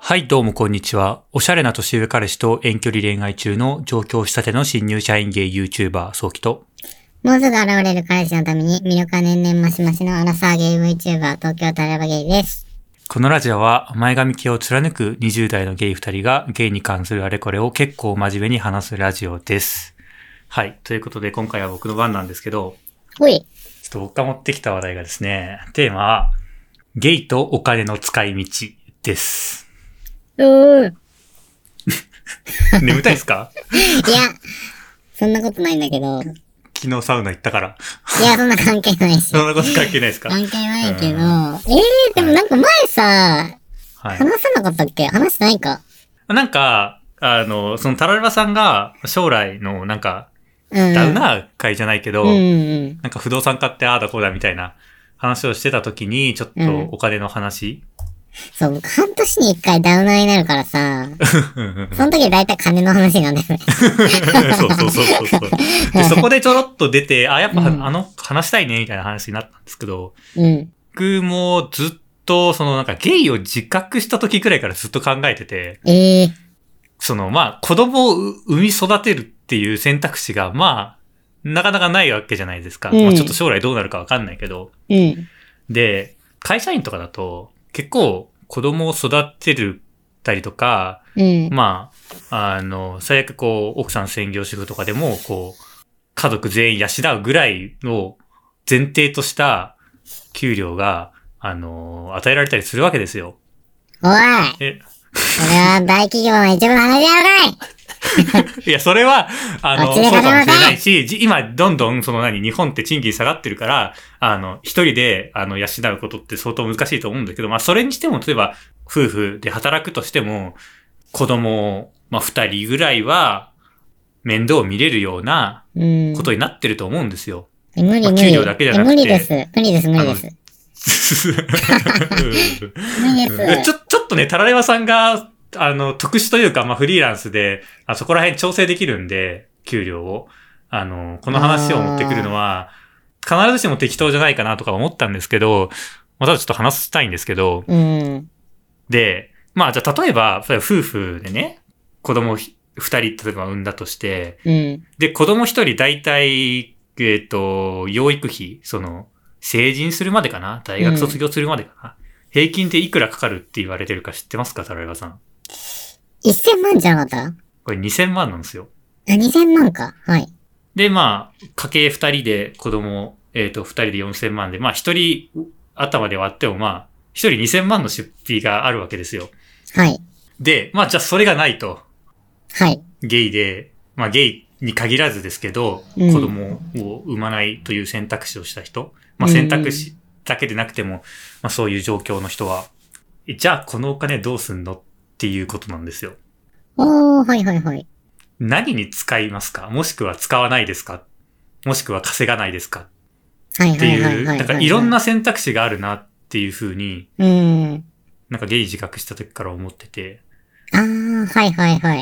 はい、どうもこんにちは。おしゃれな年上彼氏と遠距離恋愛中の上京したての新入社員ゲイ YouTuber、早期と。 もうすぐ現れる彼氏のために魅力は年々増し増しのアラサーゲイ VTuber、東京タラバゲイです。 このラジオは前髪系を貫く20代のゲイ2人がゲイに関するあれこれを結構真面目に話すラジオです。はい、ということで今回は僕の番なんですけど、 ほい。 ちょっと僕が持ってきた話題がですね、テーマはゲイとお金の使い道です。 眠たいですか？ いや、そんなことないんだけど。 昨日サウナ行ったから。 いや、そんな関係ないし。 そんなこと関係ないですか？ 関係ないけど。でもなんか前さ、話さなかったっけ？話してないか。 なんか、そのタラレバさんが将来のなんか、ダウナー会じゃないけど、なんか不動産買ってああだこうだみたいな話をしてた時に、ちょっとお金の話、 そう、半年に一回ダウナーになるからさ、その時だいたい金の話なんだよね。 そう。で、そこでちょろっと出て、やっぱ、話したいね、みたいな話になったんですけど、僕もずっと、なんかゲイを自覚した時くらいからずっと考えてて、子供を産み育てるっていう選択肢が、なかなかないわけじゃないですか。ちょっと将来どうなるかわかんないけど。で、会社員とかだと、結構子供を育てるたりとか、最悪奥さん専業主婦とかでも、家族全員養うぐらいの前提とした給料が、与えられたりするわけですよ。 おい！それは大企業の一部の話やろかい！ いや、それは、そうかもしれないし、今、どんどん、日本って賃金下がってるから、一人で、養うことって相当難しいと思うんだけど、それにしても、例えば、夫婦で働くとしても、子供、二人ぐらいは、面倒を見れるような、ことになってると思うんですよ。 無理。 給料だけじゃなくて。 無理です。無理です。 ちょっとね、タラレバさんが、特殊というか、フリーランスで、そこら辺調整できるんで、給料を。この話を持ってくるのは、必ずしも適当じゃないかなとか思ったんですけど、ただちょっと話したいんですけど、で、じゃあ例えば、夫婦でね、子供二人、例えば産んだとして、で、子供一人大体、養育費、成人するまでかな？大学卒業するまでかな？平均でいくらかかるって言われてるか知ってますか、タラレバさん。 1000万じゃなかった？ これ2000万なんですよ。 2000万か。はい。 で、家計2人で子供、2人で4000万で、1人頭で割っても1人2000万の出費があるわけですよ。 はい。 で、じゃあそれがないと。 はい。 ゲイで、ゲイに限らずですけど、子供を産まないという選択肢をした人。選択肢だけでなくても、そういう状況の人は、じゃあこのお金どうすんのっていうことなんですよ。 はい。 何に使いますか？もしくは使わないですか？もしくは稼がないですか？ はい。 っていう、なんかいろんな選択肢があるなっていう風に、なんかゲイ自覚した時から思ってて。 はい。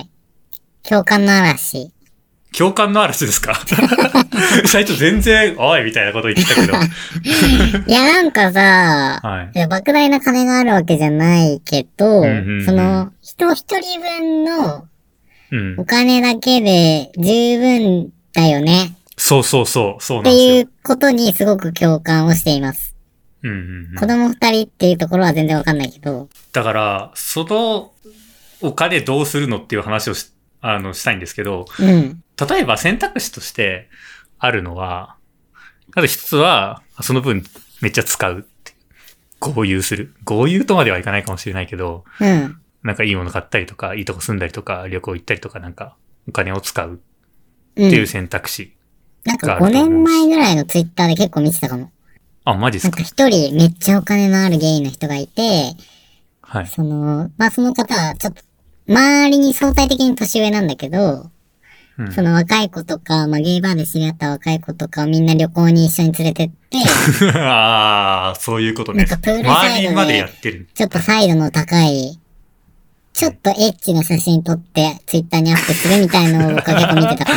共感の嵐。 共感の嵐ですか？最初全然、おいみたいなこと言ってたけど。 いや、なんかさ、莫大な金があるわけじゃないけど、人一人分のお金だけで十分だよね。 そうなんですよ。 っていうことにすごく共感をしています。子供二人っていうところは全然わかんないけど。 だから、そのお金どうするのっていう話をしたいんですけど、例えば選択肢としてあるのは、まず一つは、その分めっちゃ使うって。豪遊する。豪遊とまではいかないかもしれないけど、なんかいいもの買ったりとか、いいとこ住んだりとか、旅行行ったりとか、なんかお金を使うっていう選択肢があると思うし。 なんか5年前ぐらいのツイッターで結構見てたかも。 マジですか？ なんか一人めっちゃお金のあるゲイの人がいて、 はい。 その方はちょっと、周りに相対的に年上なんだけど、その若い子とか、ゲイバーで知り合った若い子とかをみんな旅行に一緒に連れてって、 そういうことね。 なんかプールサイドまでやってる。 ちょっとサイドの高い、ちょっとエッチな写真撮ってツイッターにアップするみたいのを結構見てたから。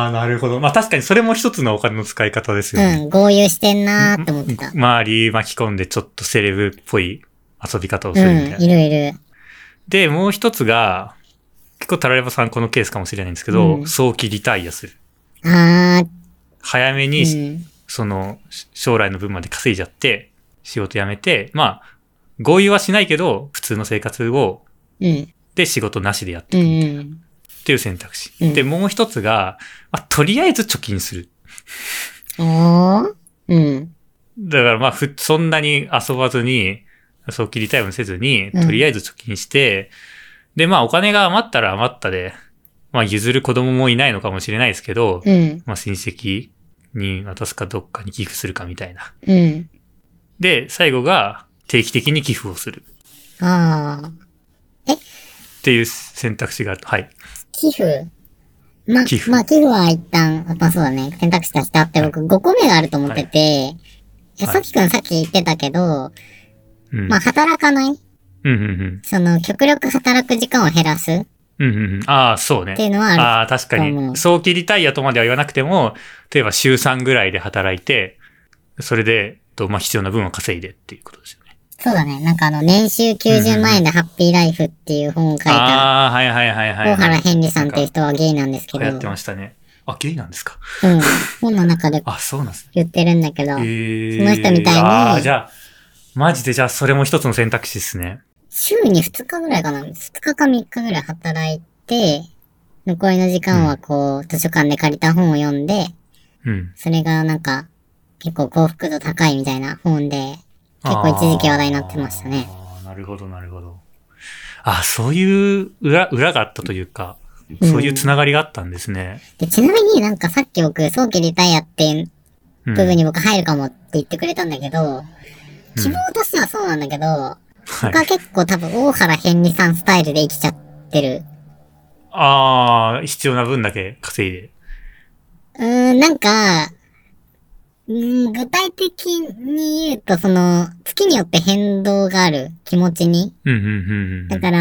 なるほど。確かにそれも一つのお金の使い方ですよね。 豪遊してんなーって思ってた。 周り巻き込んでちょっとセレブっぽい遊び方をするみたいな。 いる。 で、もう一つが、結構タラレバさんこのケースかもしれないんですけど、早期リタイアする。早めに、その、将来の分まで稼いじゃって、仕事辞めて、まあ、合意はしないけど、普通の生活を、で、仕事なしでやっていくみたいな。っていう選択肢。で、もう一つが、まあ、とりあえず貯金する。だからまあ、そんなに遊ばずに、早期リタイアもせずに、とりあえず貯金して、で、まあ、お金が余ったら余ったで、まあ、譲る子供もいないのかもしれないですけど、まあ、親戚に渡すかどっかに寄付するかみたいな。で、最後が定期的に寄付をする。っていう選択肢がある。はい。 寄付寄付は一旦、まあそうだね、選択肢としてあって、僕5個目があると思ってて、さきくんさっき言ってたけど、まあ働かない。その、極力働く時間を減らす。 ああ、そうね。 っていうのはある。 ああ、確かに。早期リタイアとまでは言わなくても、例えば週3ぐらいで働いて、それで、まあ必要な分を稼いでっていうことですよね。 そうだね。なんか年収90万円でハッピーライフっていう本を書いた。 はい。 大原ヘンリさんっていう人はゲイなんですけど。 やってましたね。あ、ゲイなんですか。 本の中で。 そうなんですね。 言ってるんだけど。その人みたいに。 じゃあ、マジでじゃあそれも一つの選択肢ですね。 週に2日ぐらいかな。2日か3日ぐらい働いて、残りの時間はこう、図書館で借りた本を読んで、それがなんか、結構幸福度高いみたいな本で、結構一時期話題になってましたね。 なるほど。そういう裏があったというか、そういうつながりがあったんですね。 でちなみになんかさっき僕、早期リタイアっていう部分に僕入るかもって言ってくれたんだけど、希望としてはそうなんだけど、僕は結構多分大原ヘンリさんスタイルで生きちゃってる。 必要な分だけ稼いで。 なんか、具体的に言うと、その、月によって変動がある気持ちに。だから、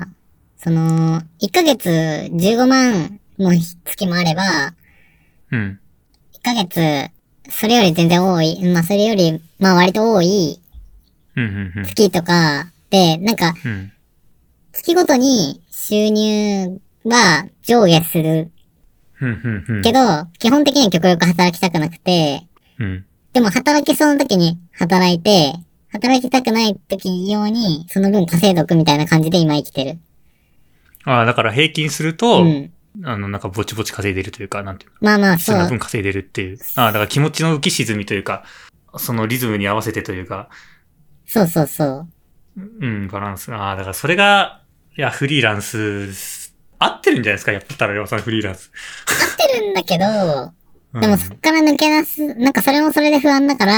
その、1ヶ月15万の月もあれば、1ヶ月、それより全然多い、まあそれより、まあ割と多い、月とかで、なんか、月ごとに収入は上下する。けど、基本的には極力働きたくなくて、でも働けそうな時に働いて、働きたくない時用に、その分稼いどくみたいな感じで今生きてる。 だから平均すると、なんかぼちぼち稼いでるというか、なんていうの。 まあまあ、 そう。その分稼いでるっていう。だから気持ちの浮き沈みというか、そのリズムに合わせてというか。 そう。 バランス。だからそれが、フリーランス、合ってるんじゃないですか、やっぱタラレバさんフリーランス。 合ってるんだけど、でもそっから抜け出す、なんかそれもそれで不安だから、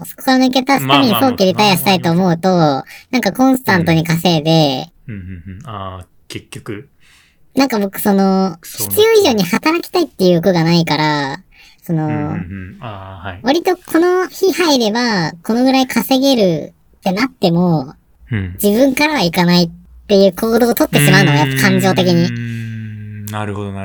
そこから抜け出すために早期リタイアしたいと思うと、なんかコンスタントに稼いで、 結局。 なんか僕必要以上に働きたいっていう欲がないから、割とこの日入れば、このぐらい稼げるってなっても、自分からはいかないっていう行動を取ってしまうのやっぱ感情的に。 なるほど。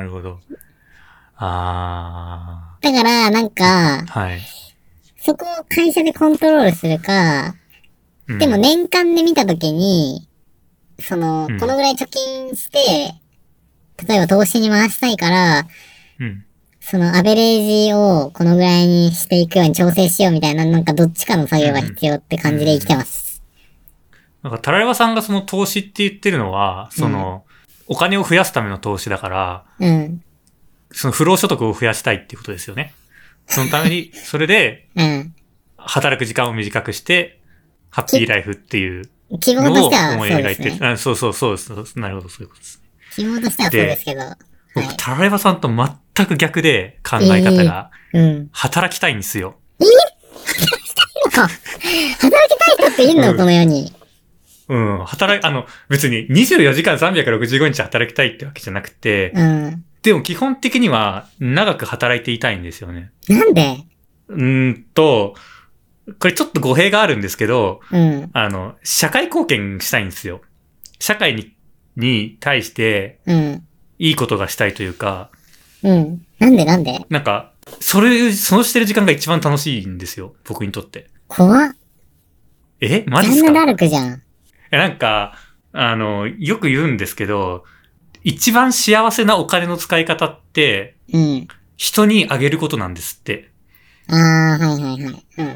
だから、なんか、そこを会社でコントロールするか、でも年間で見たときに、このぐらい貯金して、例えば投資に回したいから、そのアベレージをこのぐらいにしていくように調整しようみたいな、なんかどっちかの作業が必要って感じで生きてます。 なんかタラレバさんがその投資って言ってるのは、お金を増やすための投資だから、その不労所得を増やしたいっていうことですよね。そのために、それで、働く時間を短くして、ハッピーライフっていうのを思い描いてる。そうです。なるほど、そういうことですね。 希望としてはそうですけど。 僕、タラレバさんと全く逆で考え方が、働きたいんですよ。 働きたい人っていんの、この世に。 別に24時間365日働きたいってわけじゃなくて、でも基本的には長く働いていたいんですよね。 なんで？ これちょっと語弊があるんですけど、社会貢献したいんですよ。社会に対して、いいことがしたいというか、 なんでなんか、そのしてる時間が一番楽しいんですよ。僕にとって。 怖っ。 マジっすか？ ジャンヌ・ダルクじゃん。 なんか、 よく言うんですけど、一番幸せなお金の使い方って、人にあげることなんですって。 はいはいはい。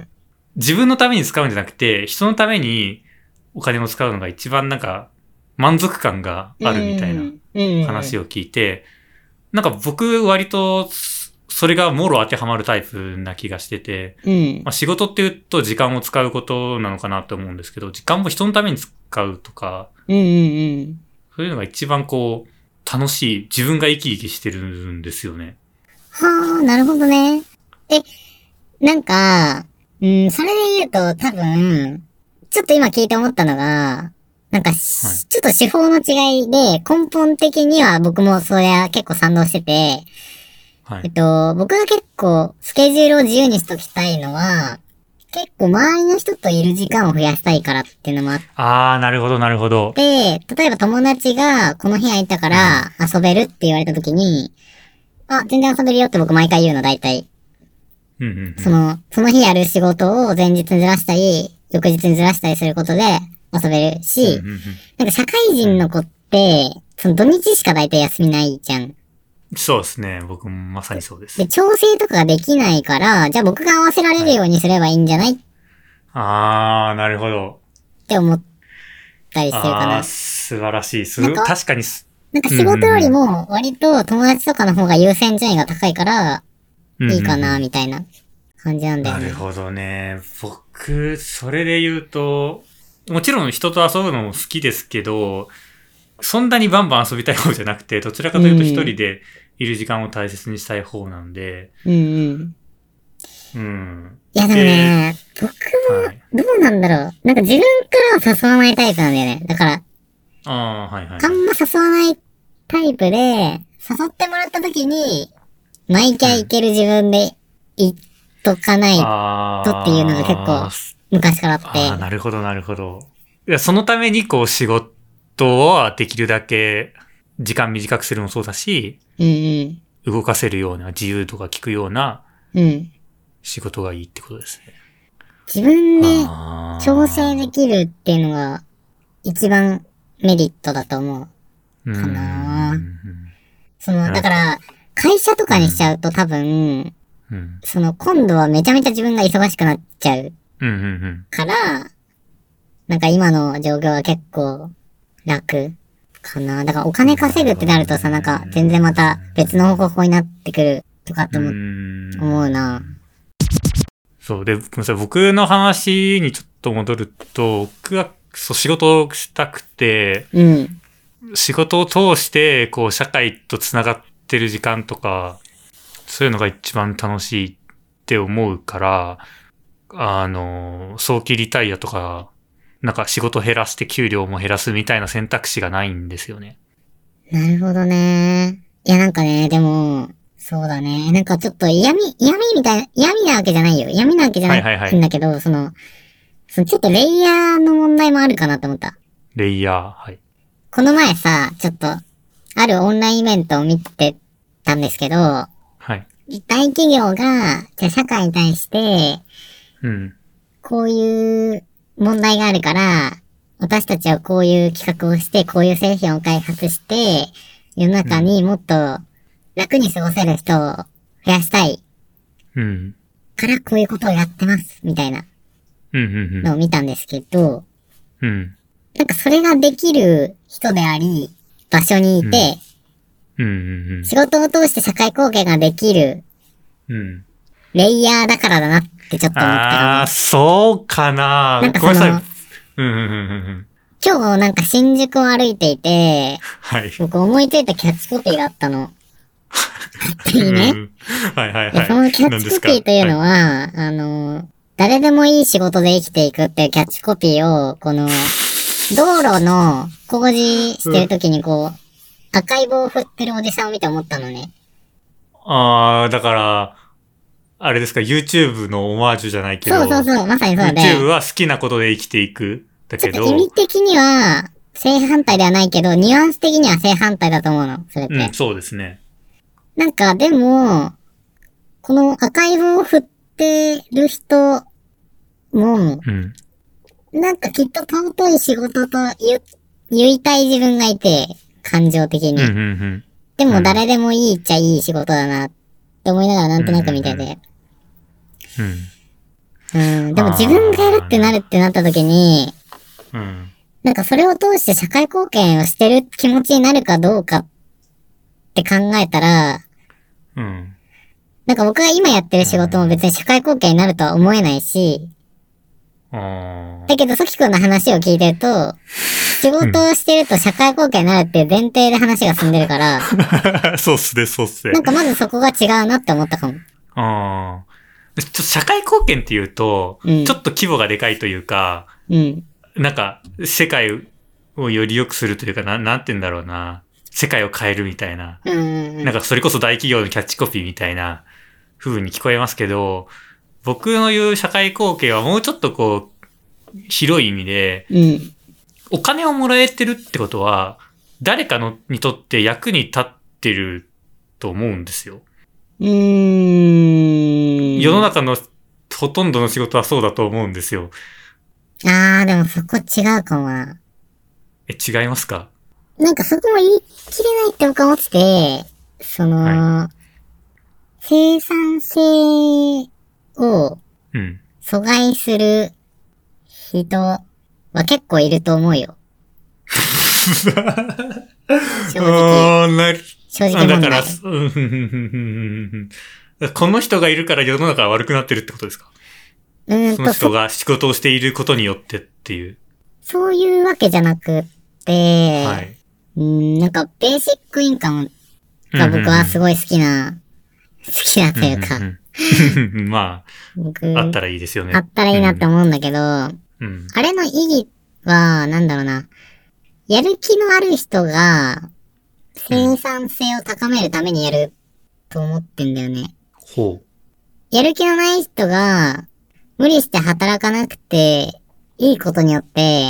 自分のために使うんじゃなくて、人のためにお金を使うのが一番なんか、満足感があるみたいな話を聞いて、なんか僕割と、それがもろ当てはまるタイプな気がしてて、仕事って言うと時間を使うことなのかなと思うんですけど、時間も人のために使うとか、そういうのが一番こう、楽しい、自分が生き生きしてるんですよね。 はあ、なるほどね。なんか、それで言うと多分、ちょっと今聞いて思ったのが、なんか、ちょっと手法の違いで、根本的には僕もそりゃ結構賛同してて、僕が結構スケジュールを自由にしときたいのは、結構周りの人といる時間を増やしたいからっていうのもあって。 なるほど、なるほど。 で、例えば友達がこの日空いたから遊べるって言われた時に、全然遊べるよって僕毎回言うの、大体。その日やる仕事を前日にずらしたり、翌日にずらしたりすることで遊べるし、なんか社会人の子って、その土日しか大体休みないじゃん。 そうですね。僕もまさにそうです。 で、調整とかができないから、じゃあ僕が合わせられるようにすればいいんじゃない、 なるほど。 って思ったりしてるかな。 素晴らしい。確かに。 なんか仕事よりも割と友達とかの方が優先順位が高いから、いいかな、みたいな感じなんだよね。 なるほどね。僕、それで言うと、もちろん人と遊ぶのも好きですけど、そんなにバンバン遊びたい方じゃなくて、どちらかというと一人でいる時間を大切にしたい方なんで。 いやでもね、僕も、どうなんだろう。なんか自分からは誘わないタイプなんだよね。だから、あんま誘わないタイプで、誘ってもらった時に、毎回行ける自分で行っとかないとっていうのが結構昔からあって。 なるほど、なるほど。いや、そのためにこう仕事はできるだけ時間短くするもそうだし、動かせるような自由とか聞くような仕事がいいってことですね。 自分で調整できるっていうのが一番メリットだと思うかな。だから、会社とかにしちゃうと多分、今度はめちゃめちゃ自分が忙しくなっちゃう。から、なんか今の状況は結構楽かな。だからお金稼ぐってなるとさ、なんか全然また別の方法になってくるとかって思うな。 そう。で、僕の話にちょっと戻ると、僕が仕事をしたくて、仕事を通して、こう、社会とつながってる時間とか、そういうのが一番楽しいって思うから、早期リタイアとか、なんか仕事減らして給料も減らすみたいな選択肢がないんですよね。 なるほどね。いやなんかね、でも、そうだね。なんかちょっと嫌味みたいな、嫌味なわけじゃないよ。嫌味なわけじゃないんだけど、ちょっとレイヤーの問題もあるかなと思った。 レイヤー、はい。 この前さ、ちょっと、あるオンラインイベントを見てたんですけど、はい。大企業が、じゃあ社会に対して、こういう問題があるから、私たちはこういう企画をして、こういう製品を開発して、世の中にもっと楽に過ごせる人を増やしたい。からこういうことをやってます、みたいなのを見たんですけど、なんかそれができる人であり、場所にいて、仕事を通して社会貢献ができる、レイヤーだからだなってちょっと思ったかも。 そうかな。 なんか今日なんか新宿を歩いていて、僕思いついたキャッチコピーがあったの。いいね。そのキャッチコピーというのは、誰でもいい仕事で生きていくっていうキャッチコピーを、この、道路の工事してるときにこう、赤い棒を振ってるおじさんを見て思ったのね。 だから、あれですか、YouTube のオマージュじゃないけど。 そう、まさにそうで。 YouTube は好きなことで生きていく。だけど。 ちょっと意味的には、正反対ではないけど、ニュアンス的には正反対だと思うの、それって。 そうですね。 なんか、でも、この赤い棒を振ってる人も、なんかきっと尊い仕事と言っ言いたい自分がいて、感情的に。でも誰でもいいっちゃいい仕事だなって思いながらなんとなく見てて。でも自分がやるってなるってなった時に、なんかそれを通して社会貢献をしてる気持ちになるかどうかって考えたら、なんか僕が今やってる仕事も別に社会貢献になるとは思えないし、だけど、ソキ君の話を聞いてると、仕事をしてると社会貢献になるっていう前提で話が進んでるから、 そうっすね。 なんかまずそこが違うなって思ったかも。 ちょっと社会貢献っていうと、ちょっと規模がでかいというか、なんか、世界をより良くするというか、なんて言うんだろうな。世界を変えるみたいな。なんかそれこそ大企業のキャッチコピーみたいな風に聞こえますけど、僕の言う社会貢献はもうちょっとこう、広い意味で、お金をもらえてるってことは、誰かにとって役に立ってると思うんですよ。世の中のほとんどの仕事はそうだと思うんですよ。 でもそこ違うかもな。 違いますか？ なんかそこも言い切れないって僕は思ってて、生産性を阻害する人は結構いると思うよ。正直だから、この人がいるから世の中が悪くなってるってことですか？その人が仕事をしていることによってっていう。 そういうわけじゃなくって、なんかベーシックインカムが僕はすごい好きなというか。 まあ、あったらいいですよね。 あったらいいなって思うんだけど、あれの意義は、なんだろうな。やる気のある人が生産性を高めるためにやると思ってんだよね。やる気のない人が無理して働かなくていいことによって、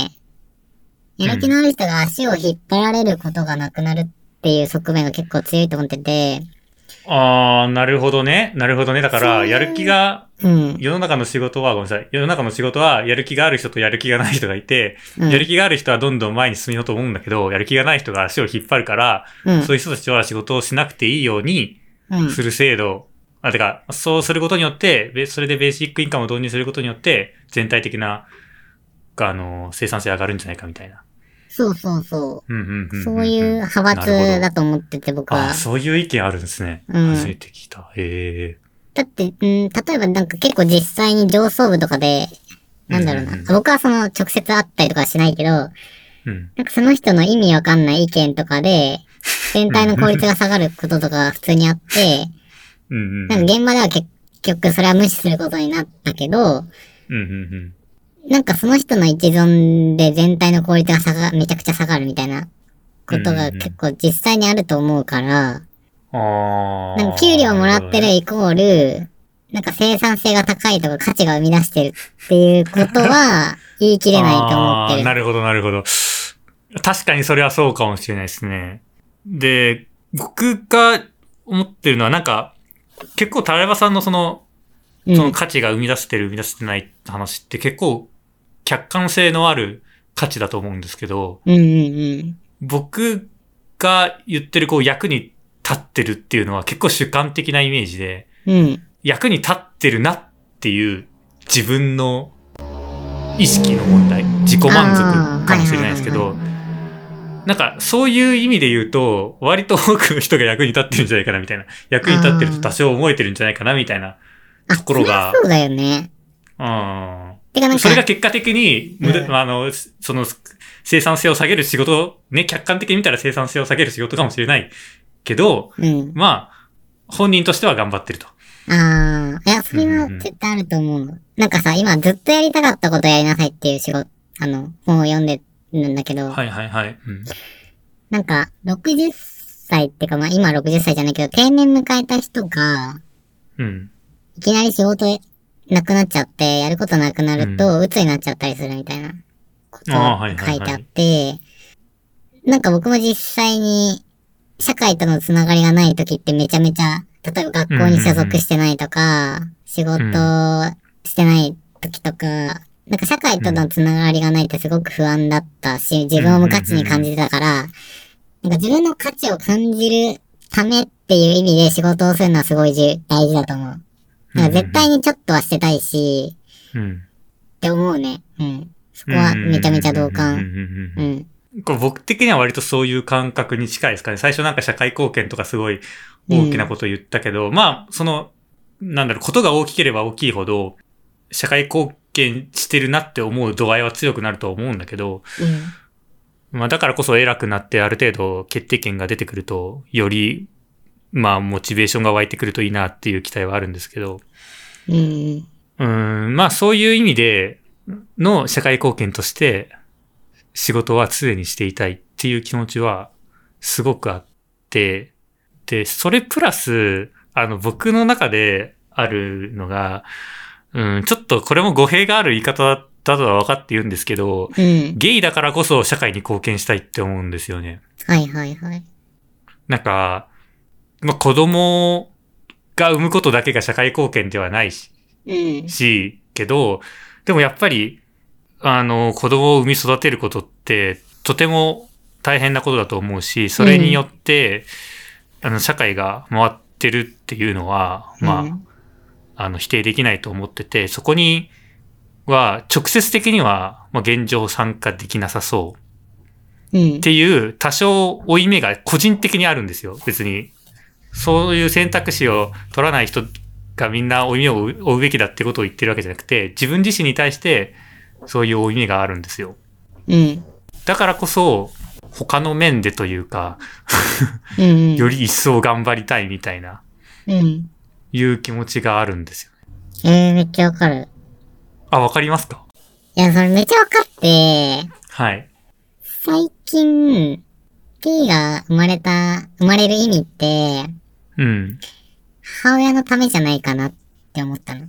やる気のある人が足を引っ張られることがなくなるっていう側面が結構強いと思ってて。 なるほどね。だから、やる気が、世の中の仕事は、世の中の仕事は、やる気がある人とやる気がない人がいて、やる気がある人はどんどん前に進めようと思うんだけど、やる気がない人が足を引っ張るから、そういう人たちは仕事をしなくていいようにする制度、てか、そうすることによって、それでベーシックインカムを導入することによって、全体的な、生産性上がるんじゃないかみたいな。 そう。そういう派閥だと思ってて僕は。 そういう意見あるんですね。初めて聞いた。 だって、例えばなんか結構実際に上層部とかで、なんだろうな。僕は直接会ったりとかはしないけど、なんかその人の意味わかんない意見とかで、全体の効率が下がることとかが普通にあって、なんか現場では結局それは無視することになったけど、なんかその人の一存で全体の効率がめちゃくちゃ下がるみたいなことが結構実際にあると思うから、なんか給料もらってるイコール、なんか生産性が高いとか価値が生み出してるっていうことは言い切れないと思ってる。 なるほど。確かにそれはそうかもしれないですね。で、僕が思ってるのはなんか、結構タラバさんのその価値が生み出してる生み出してないって話って結構客観性のある価値だと思うんですけど、僕が言ってる役に立ってるっていうのは結構主観的なイメージで、役に立ってるなっていう自分の意識の問題、自己満足かもしれないですけど、なんかそういう意味で言うと割と多くの人が役に立ってるんじゃないかなみたいな、役に立ってると多少思えてるんじゃないかなみたいなところが。 そうだよね。 それが結果的に、その生産性を下げる仕事、ね、客観的に見たら生産性を下げる仕事かもしれないけど、まあ、本人としては頑張ってると。 いや、それは絶対あると思うの。なんかさ、今ずっとやりたかったことやりなさいっていう本を読んでるんだけど。なんか、60歳ってか、まあ今60歳じゃないけど、定年迎えた人が、いきなり仕事なくなっちゃって、やることなくなると、鬱になっちゃったりするみたいなことが書いてあって、なんか僕も実際に、社会とのつながりがない時ってめちゃめちゃ、例えば学校に所属してないとか、仕事してない時とか、 なんか社会とのつながりがないってすごく不安だったし、自分を無価値に感じてたから、なんか自分の価値を感じるためっていう意味で仕事をするのはすごい大事だと思う。なんか絶対にちょっとはしてたいし、って思うね。そこはめちゃめちゃ同感。 これ僕的には割とそういう感覚に近いですかね。最初なんか社会貢献とかすごい大きなことを言ったけど、まあ、ことが大きければ大きいほど、社会貢献してるなって思う度合いは強くなると思うんだけど、まあだからこそ偉くなってある程度決定権が出てくると、より、まあモチベーションが湧いてくるといいなっていう期待はあるんですけど、まあそういう意味での社会貢献として仕事は常にしていたいっていう気持ちはすごくあって、で、それプラス、僕の中であるのが、ちょっとこれも語弊がある言い方だとは分かって言うんですけど、ゲイだからこそ社会に貢献したいって思うんですよね。 はいはいはい。 なんか、まあ、子供が産むことだけが社会貢献ではないし、けど、でもやっぱり、子供を産み育てることってとても大変なことだと思うし、それによって、社会が回ってるっていうのは、まあ、否定できないと思ってて、そこには直接的には、まあ、現状参加できなさそう。っていう多少負い目が個人的にあるんですよ。別に。そういう選択肢を取らない人がみんな負い目を負うべきだってことを言ってるわけじゃなくて、自分自身に対してそういう負い目があるんですよ。だからこそ、他の面でというか、より一層頑張りたいみたいな、いう気持ちがあるんですよね。めっちゃわかる。 あ、わかりますか？ いや、それめっちゃわかって、 はい。 最近、P が生まれる意味って、母親のためじゃないかなって思ったの。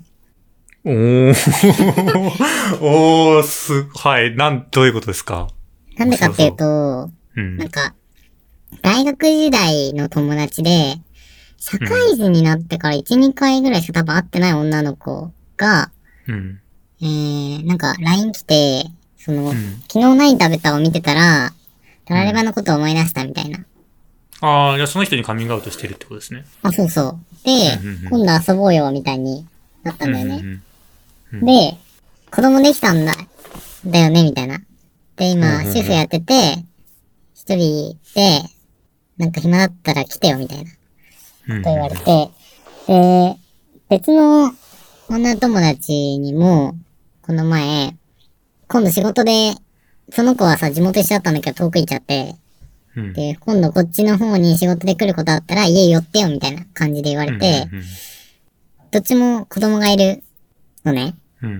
はい。どういうことですか？ なんでかっていうと、なんか、大学時代の友達で、社会人になってから1、2回ぐらいしか多分会ってない女の子が、なんか LINE 来て、昨日何食べたを見てたら、タラレバのことを思い出したみたいな。 ああ、じゃあその人にカミングアウトしてるってことですね。 あ、そうそう。で、今度遊ぼうよみたいになったんだよね。で、子供できたんだよねみたいな。で、今、主婦やってて、一人で、なんか暇だったら来てよみたいな。と言われて、で、別の女友達にも、この前、今度仕事で、その子はさ、地元一緒だったんだけど遠く行っちゃって、で、今度こっちの方に仕事で来ることあったら家寄ってよみたいな感じで言われて、どっちも子供がいるのね。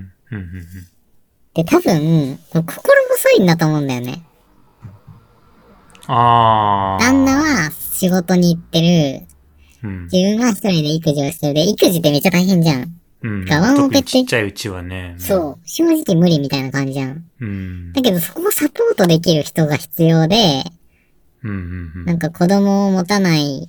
で、多分、心細いんだと思うんだよね。旦那は仕事に行ってる。自分は一人で育児をしてる。で、育児ってめっちゃ大変じゃん。ワンオペって。 ちっちゃいうちはね。 そう。正直無理みたいな感じじゃん。だけどそこをサポートできる人が必要で、なんか子供を持たない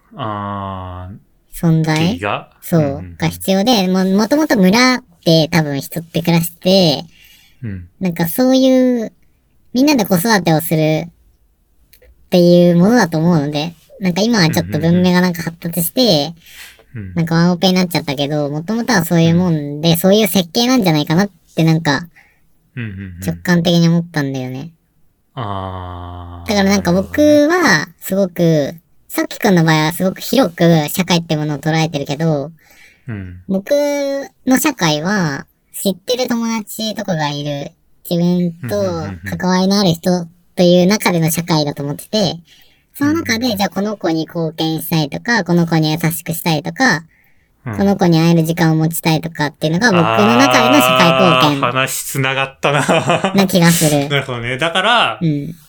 存在そう。が必要で、もともと村で多分人って暮らして、なんかそういう、みんなで子育てをするっていうものだと思うので、なんか今はちょっと文明がなんか発達して、なんかワンオペになっちゃったけど、もともとはそういうもんで、そういう設計なんじゃないかなってなんか、直感的に思ったんだよね。だからなんか僕は、すごく、さっきくんの場合はすごく広く社会ってものを捉えてるけど、僕の社会は、知ってる友達とかがいる、自分と関わりのある人という中での社会だと思ってて、その中で、じゃあこの子に貢献したいとか、この子に優しくしたいとか、この子に会える時間を持ちたいとかっていうのが僕の中での社会貢献。 話繋がったな。 な気がする。 なるほどね。だから、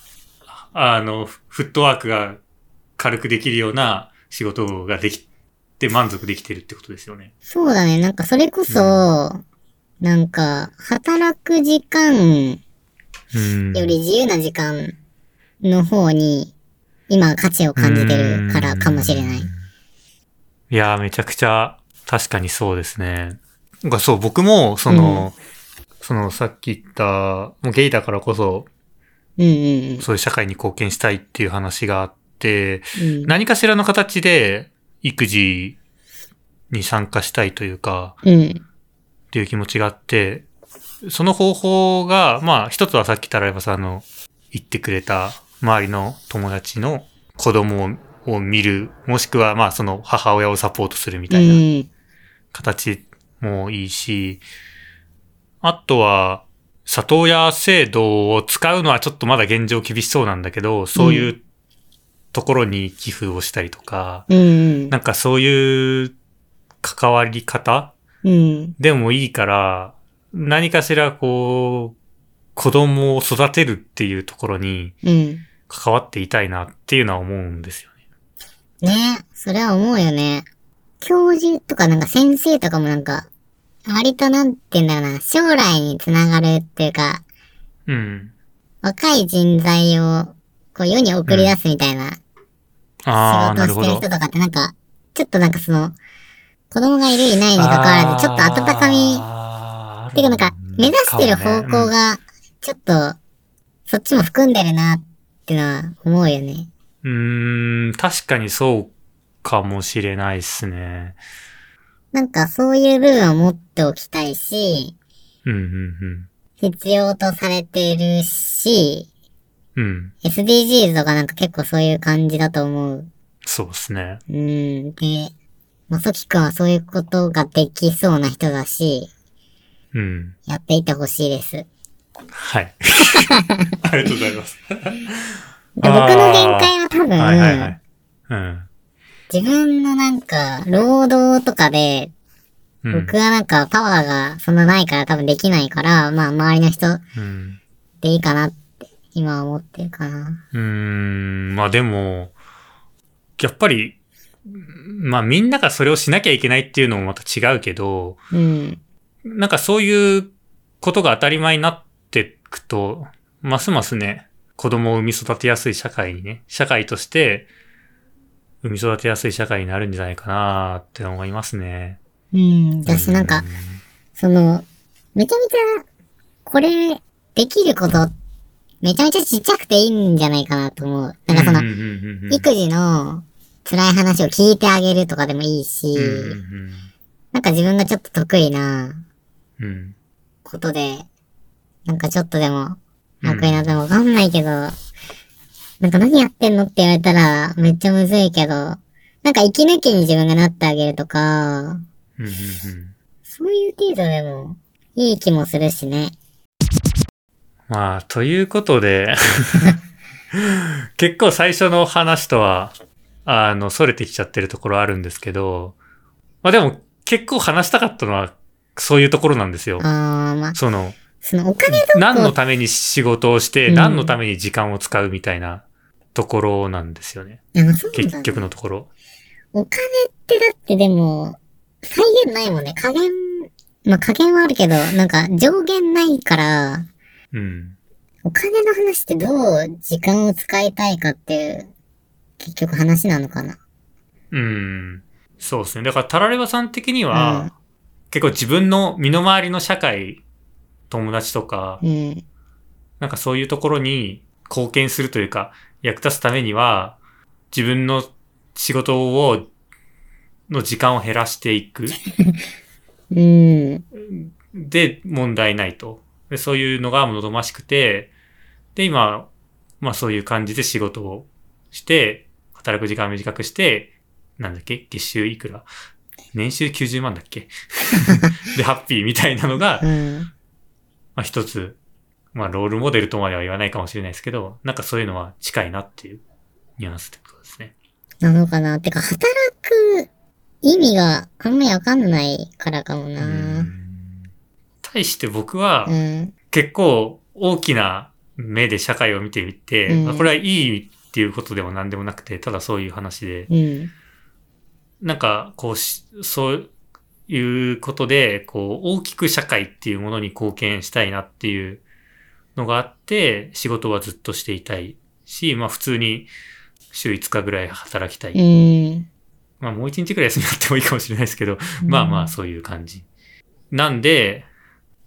フットワークが軽くできるような仕事ができて満足できてるってことですよね。 そうだね。なんかそれこそ、なんか、働く時間より自由な時間の方に、今価値を感じてるからかもしれない。 いやー、めちゃくちゃ確かにそうですね。なんかそう、僕も、 そのさっき言った、もうゲイだからこそ、そういう社会に貢献したいっていう話があって、何かしらの形で育児に参加したいというか、っていう気持ちがあって、その方法が、まあ一つはさっきタラレバさんの言ってくれた周りの友達の子供を見る、もしくはまあその母親をサポートするみたいな形もいいし、あとは里親制度を使うのはちょっとまだ現状厳しそうなんだけど、そういうところに寄付をしたりとか、なんかそういう関わり方でもいいから、何かしらこう、子供を育てるっていうところに関わっていたいなっていうのは思うんですよね。ね、それは思うよね。教授とかなんか先生とかもなんか、割となんて言うんだろうな、将来につながるっていうか、若い人材をこう世に送り出すみたいな仕事をしてる人とかってなんか、ちょっとなんかその、子供がいるいないに関わらず、ちょっと温かみ、っていうかなんか、目指してる方向が、ちょっと、そっちも含んでるなってのは思うよね。 確かにそうかもしれないっすね。 なんかそういう部分を持っておきたいし、必要とされてるし、SDGs とかなんか結構そういう感じだと思う。 そうですね。 で、まさきくんはそういうことができそうな人だし、やっていてほしいです。 はい。ありがとうございます。 僕の限界は多分、自分のなんか、労働とかで、僕はなんかパワーがそんなないから多分できないから、まあ周りの人でいいかなって今は思ってるかな。 まあでも、やっぱり、まあみんながそれをしなきゃいけないっていうのもまた違うけど、なんかそういうことが当たり前になっていくと、ますますね、子供を産み育てやすい社会にね、社会として産み育てやすい社会になるんじゃないかなって思いますね。 私なんか、その、めちゃめちゃ、これ、できること、めちゃめちゃちっちゃくていいんじゃないかなと思う。なんかその、育児の辛い話を聞いてあげるとかでもいいし、なんか自分がちょっと得意な、ことで、なんかちょっとでも、楽になってもわかんないけど、なんか何やってんのって言われたら、めっちゃむずいけど、なんか息抜きに自分がなってあげるとか、そういう程度でもいい気もするしね。 まあ、ということで、結構最初の話とは、逸れてきちゃってるところあるんですけど、まあでも結構話したかったのはそういうところなんですよ。 まあ、 そのお金どこ何のために仕事をして、何のために時間を使うみたいなところなんですよね。結局のところ。 お金ってだってでも、再現ないもんね。加減はあるけど、なんか上限ないから、お金の話ってどう時間を使いたいかっていう、結局話なのかな。 そうですね。だからタラレバさん的には、結構自分の身の回りの社会、友達とか、なんかそういうところに貢献するというか、役立つためには、自分の仕事の時間を減らしていく。で、問題ないと。でそういうのが望ましくて、で、今、まあそういう感じで仕事をして、働く時間を短くして、なんだっけ月収いくら年収90万だっけで、ハッピーみたいなのが、まあ一つ、まあロールモデルとまでは言わないかもしれないですけど、なんかそういうのは近いなっていうニュアンスってことですね。 なのかな。てか、働く意味があんまりわかんないからかもな。 対して僕は、結構大きな目で社会を見てみて、まあ、これはいいっていうことでも何でもなくて、ただそういう話で、なんかこうそういうことで、こう大きく社会っていうものに貢献したいなっていうのがあって、仕事はずっとしていたいし、まあ普通に週5日ぐらい働きたい。まあもう1日ぐらい休みあってもいいかもしれないですけど、まあまあそういう感じ。なんで、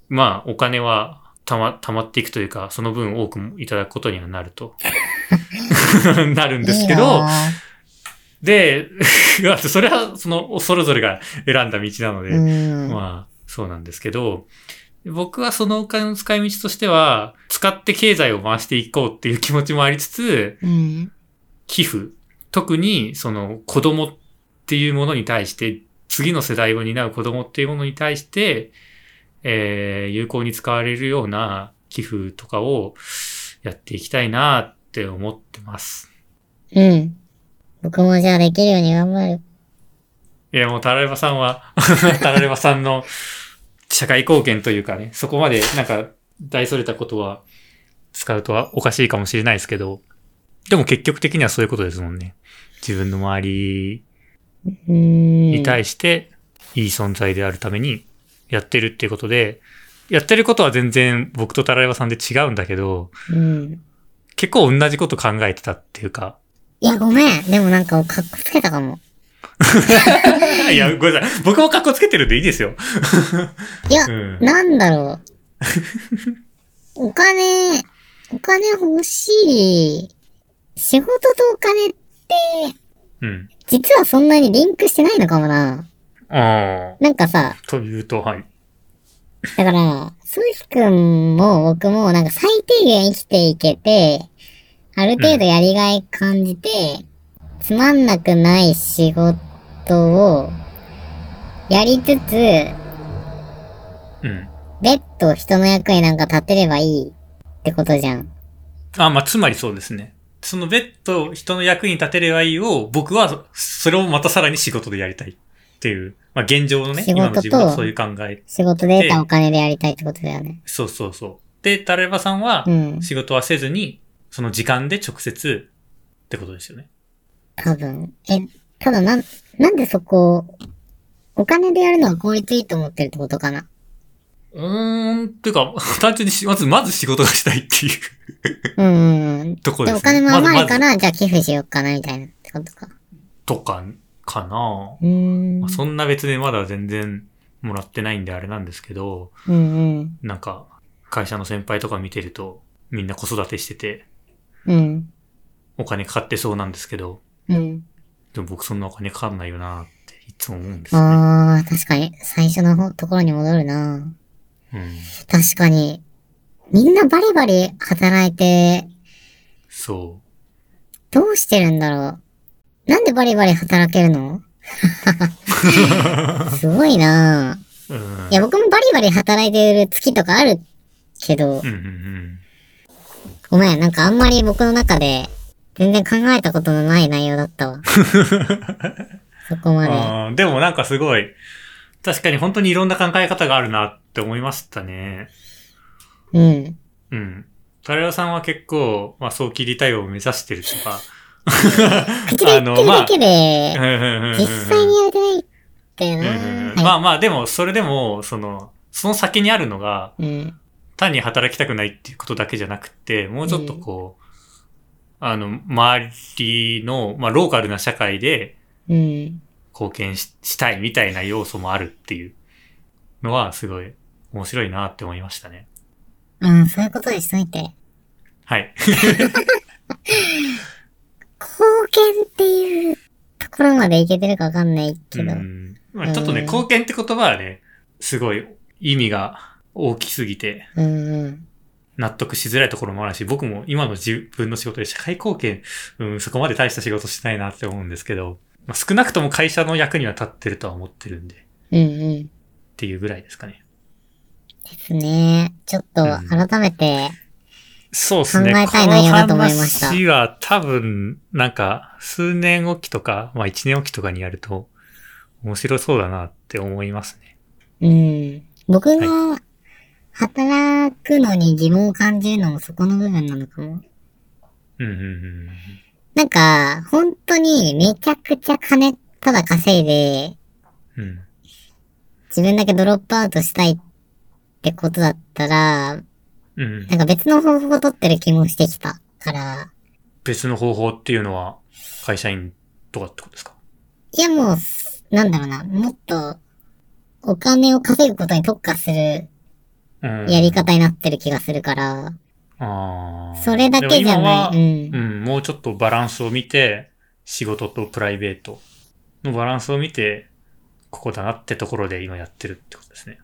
まあ、お金は溜まっていくというか、その分多くいただくことにはなると。なるんですけど、で、それは、それぞれが選んだ道なので、まあ、そうなんですけど、僕はそのお金の使い道としては、使って経済を回していこうっていう気持ちもありつつ、寄付、特に子供っていうものに対して、次の世代を担う子供っていうものに対して、有効に使われるような寄付とかをやっていきたいなって思ってます。 僕もじゃあできるように頑張る。 いや、もうタラレバさんは、タラレバさんの社会貢献というかね、そこまでなんか大それたことは使うとはおかしいかもしれないですけど、でも結局的にはそういうことですもんね。自分の周りに対していい存在であるためにやってるっていうことで、やってることは全然僕とタラレバさんで違うんだけど、結構同じこと考えてたっていうか。 いや、ごめん。でもなんかカッコつけたかも。 いや、ごめんなさい。僕もカッコつけてるんでいいですよ。 いや、なんだろう。お金欲しい。仕事とお金って、実はそんなにリンクしてないのかもな。なんかさ。 というと、はい。 だから、ソイくんも僕もなんか最低限生きていけて、ある程度やりがい感じて、つまんなくない仕事をやりつつ、別途人の役になんか立てればいいってことじゃん。 まあ、つまりそうですね。その別途人の役に立てればいいを、僕はそれをまたさらに仕事でやりたいっていう、まあ現状のね、今の自分はそういう考え。 仕事で得たお金でやりたいってことだよね。 そうそうそう。で、タラレバさんは、仕事はせずに、その時間で直接ってことですよね。 多分。ただなんでそこ、お金でやるのは効率いいと思ってるってことかな。 てか、単純にまず仕事がしたいっていうところですね。 で、お金も余るから、じゃあ寄付しようかな、みたいなってことか。 とかな。まあ、そんな別でまだ全然もらってないんであれなんですけど、なんか、会社の先輩とか見てると、みんな子育てしてて、お金かかってそうなんですけど、でも僕そんなお金かかんないよなっていつも思うんですよね。 確かに、最初のところに戻るな。確かに、みんなバリバリ働いて、 そう。 どうしてるんだろう。なんでバリバリ働けるのすごいな。いや、僕もバリバリ働いてる月とかあるけど、ごめん、なんかあんまり僕の中で全然考えたことのない内容だったわ。そこまで。でもなんかすごい、確かに本当にいろんな考え方があるなって思いましたね。タラヤさんは結構、まあ早期リタイアを目指してるとか。 口で言ってるだけで、実際にやれてないってな。 まあまあ、でも、それでも、その先にあるのが、単に働きたくないっていうことだけじゃなくて、もうちょっとこう、周りの、まあローカルな社会で、貢献したいみたいな要素もあるっていうのは、すごい面白いなって思いましたね。 そういうことにしといて。 はい。 貢献っていうところまでいけてるかわかんないけど。 まあ、ちょっとね、貢献って言葉はね、すごい意味が大きすぎて、納得しづらいところもあるし、僕も今の自分の仕事で社会貢献、そこまで大した仕事してないなって思うんですけど、まあ、少なくとも会社の役には立ってるとは思ってるんで。っていうぐらいですかね。 ですね。ちょっと改めて、 そうですね。 考えたい内容だと思いました。 この話は多分、なんか、数年おきとか、まあ1年おきとかにやると、面白そうだなって思いますね。僕が、働くのに疑問を感じるのもそこの部分なのかも。なんか、本当にめちゃくちゃ金ただ稼いで、自分だけドロップアウトしたいってことだったら、なんか別の方法を取ってる気もしてきたから。 別の方法っていうのは、会社員とかってことですか？ いやもう、なんだろうな、もっと、お金を稼ぐことに特化するやり方になってる気がするから、それだけじゃない。 もうちょっとバランスを見て、仕事とプライベートのバランスを見て、ここだなってところで今やってるってことですね。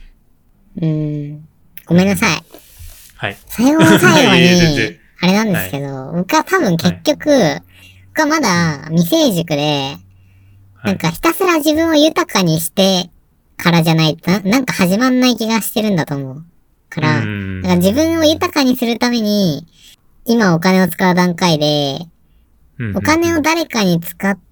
ごめんなさい。 はい。 最後の最後に、あれなんですけど、僕は多分結局、僕はまだ未成熟で、なんかひたすら自分を豊かにしてからじゃないと、なんか始まんない気がしてるんだと思う。から、だから自分を豊かにするために、今お金を使う段階で、お金を誰かに使って、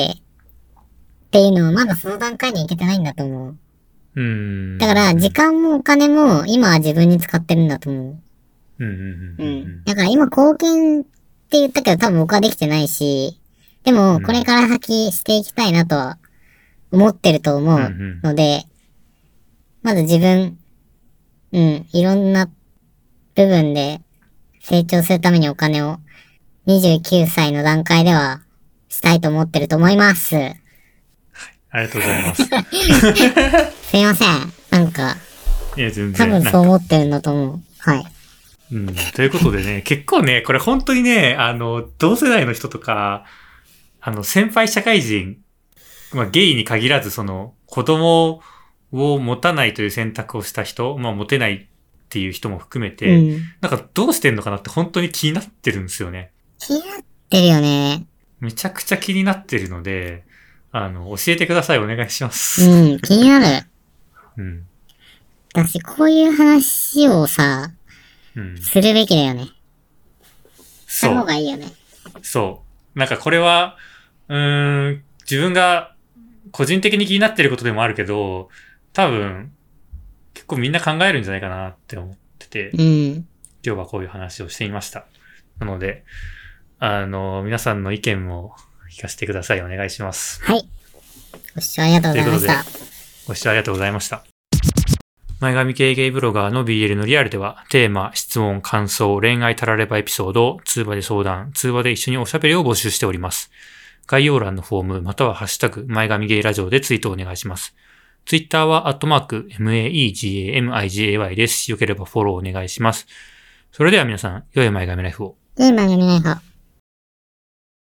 っていうのはまだその段階に行けてないんだと思う。だから時間もお金も今は自分に使ってるんだと思う。だから今貢献って言ったけど多分僕はできてないし、でもこれから先していきたいなとは思ってると思うので、まず自分、いろんな部分で成長するためにお金を29歳の段階ではしたいと思ってると思います。はい、 ありがとうございます。 すいません。なんか、 いや全然多分そう思ってるんだと思う。はい。 ということでね、結構ね、これ本当にね、同世代の人とか、先輩社会人、ゲイに限らず、子供を持たないという選択をした人、持てないっていう人も含めて、なんかどうしてんのかなって本当に気になってるんですよね。 気になってるよね。 めちゃくちゃ気になってるので、教えてください。お願いします。 気になる。私、こういう話をさ、するべきだよね。した方がいいよね。 そう。なんかこれは、自分が個人的に気になってることでもあるけど、多分、結構みんな考えるんじゃないかなって思ってて、今日はこういう話をしていました。なので、皆さんの意見も聞かせてください。お願いします。 はい。ご視聴ありがとうございました。 ご視聴ありがとうございました。前髪系ゲイブロガーの BL のリアルでは、テーマ、質問、感想、恋愛たらればエピソード、通話で相談、通話で一緒におしゃべりを募集しております。概要欄のフォーム、またはハッシュタグ、前髪ゲイラジオでツイートお願いします。ツイッターは、@MAEGAMIGAY です。よければフォローお願いします。それでは皆さん、良い前髪ライフを。 良い前髪ライフを。